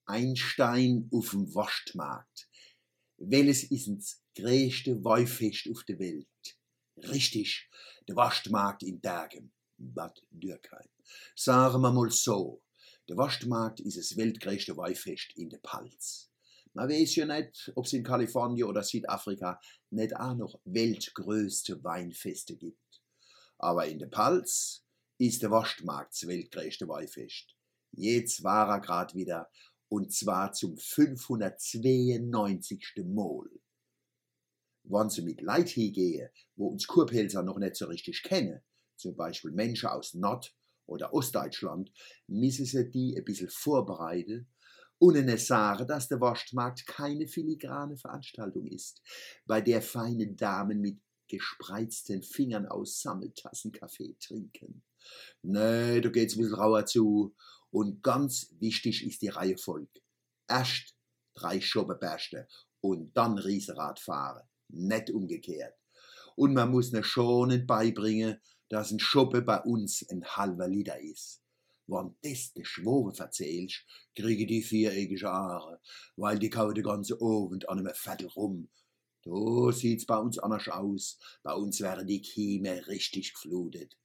Einstein auf dem Waschmarkt. Welches ist das größte Weihfest auf der Welt? Richtig, der Waschmarkt in Dagen, Bad Dürkheim. Sagen wir mal so, der Waschmarkt ist das weltgrößte Weihfest in der Palz. Man weiß ja nicht, ob es in Kalifornien oder Südafrika nicht auch noch weltgrößte Weinfeste gibt. Aber in der Palz ist der Waschmarkt das weltgrößte Weihfest. Jetzt war er grad wieder, und zwar zum 592. Mal. Wenn sie mit Leuten hingehen, wo uns Kurpelzer noch nicht so richtig kennen, zum Beispiel Menschen aus Nord- oder Ostdeutschland, müssen sie die ein bisschen vorbereiten und ihnen sagen, dass der Waschmarkt keine filigrane Veranstaltung ist, bei der feine Damen mit gespreizten Fingern aus Sammeltassen Kaffee trinken. Nee, da geht's ein bisschen rauer zu. Und ganz wichtig ist die Reihenfolge. Erst 3 Schobbenberste und dann Riesenrad fahren. Nicht umgekehrt. Und man muss ne schonend beibringen, dass ein Schoppe bei uns ein halber Liter ist. Wenn das de Schwobe verzählst, kriege die viereckige Haare, weil die kauen den ganzen Abend an einem Viertel rum. Da sieht's bei uns anders aus. Bei uns werden die Kieme richtig geflutet.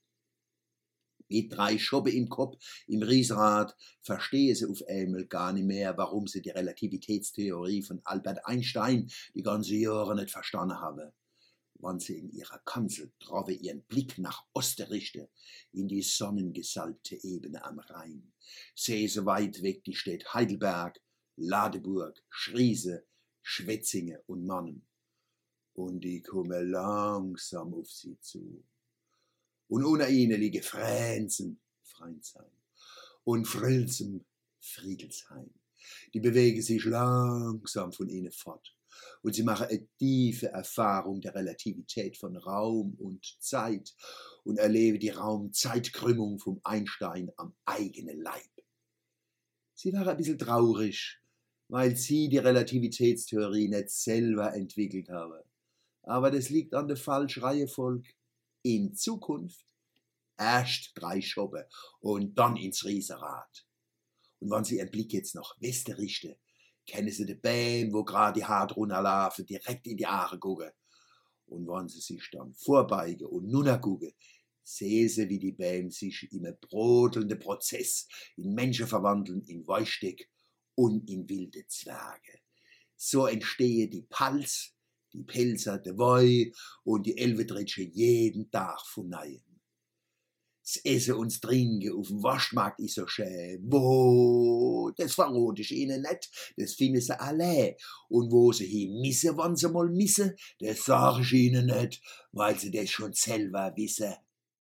Mit 3 Schoppen im Kopf, im Riesenrad, verstehen sie auf einmal gar nicht mehr, warum sie die Relativitätstheorie von Albert Einstein die ganzen Jahre nicht verstanden haben. Wenn sie in ihrer Kanzel drauf ihren Blick nach Osten richten, in die sonnengesalbte Ebene am Rhein, sehen sie weit weg die Städte Heidelberg, Ladeburg, Schriese, Schwetzingen und Mannheim. Und die kommen langsam auf sie zu. Und unter ihnen liegen Fränzen, Freinsheim, und Frilsen, Friedelsheim. Die bewegen sich langsam von ihnen fort. Und sie machen eine tiefe Erfahrung der Relativität von Raum und Zeit und erleben die Raum-Zeitkrümmung vom Einstein am eigenen Leib. Sie waren ein bisschen traurig, weil sie die Relativitätstheorie nicht selber entwickelt haben. Aber das liegt an der falschen Reihenfolge. In Zukunft erst 3 Schoppen und dann ins Riesenrad. Und wenn Sie Ihren Blick jetzt nach Westen richten, kennen Sie den Bäm, wo gerade die Haare runterlaufen, direkt in die Aare gucken. Und wenn Sie sich dann vorbeugen und nunter gucken, sehen Sie, wie die Bäm sich in einem brodelnden Prozess in Menschen verwandeln, in Weichsteck und in wilde Zwerge. So entstehen die Palz, die Pelzer, der Woi und die Elvedritsche jeden Tag von Neuem. Das Essen und das Trinken auf dem Waschmarkt ist so schön. Wo, das verrate ich Ihnen nicht, das finden Sie allein. Und wo Sie hin müssen, wann Sie mal müssen, das sage ich Ihnen nicht, weil Sie das schon selber wissen.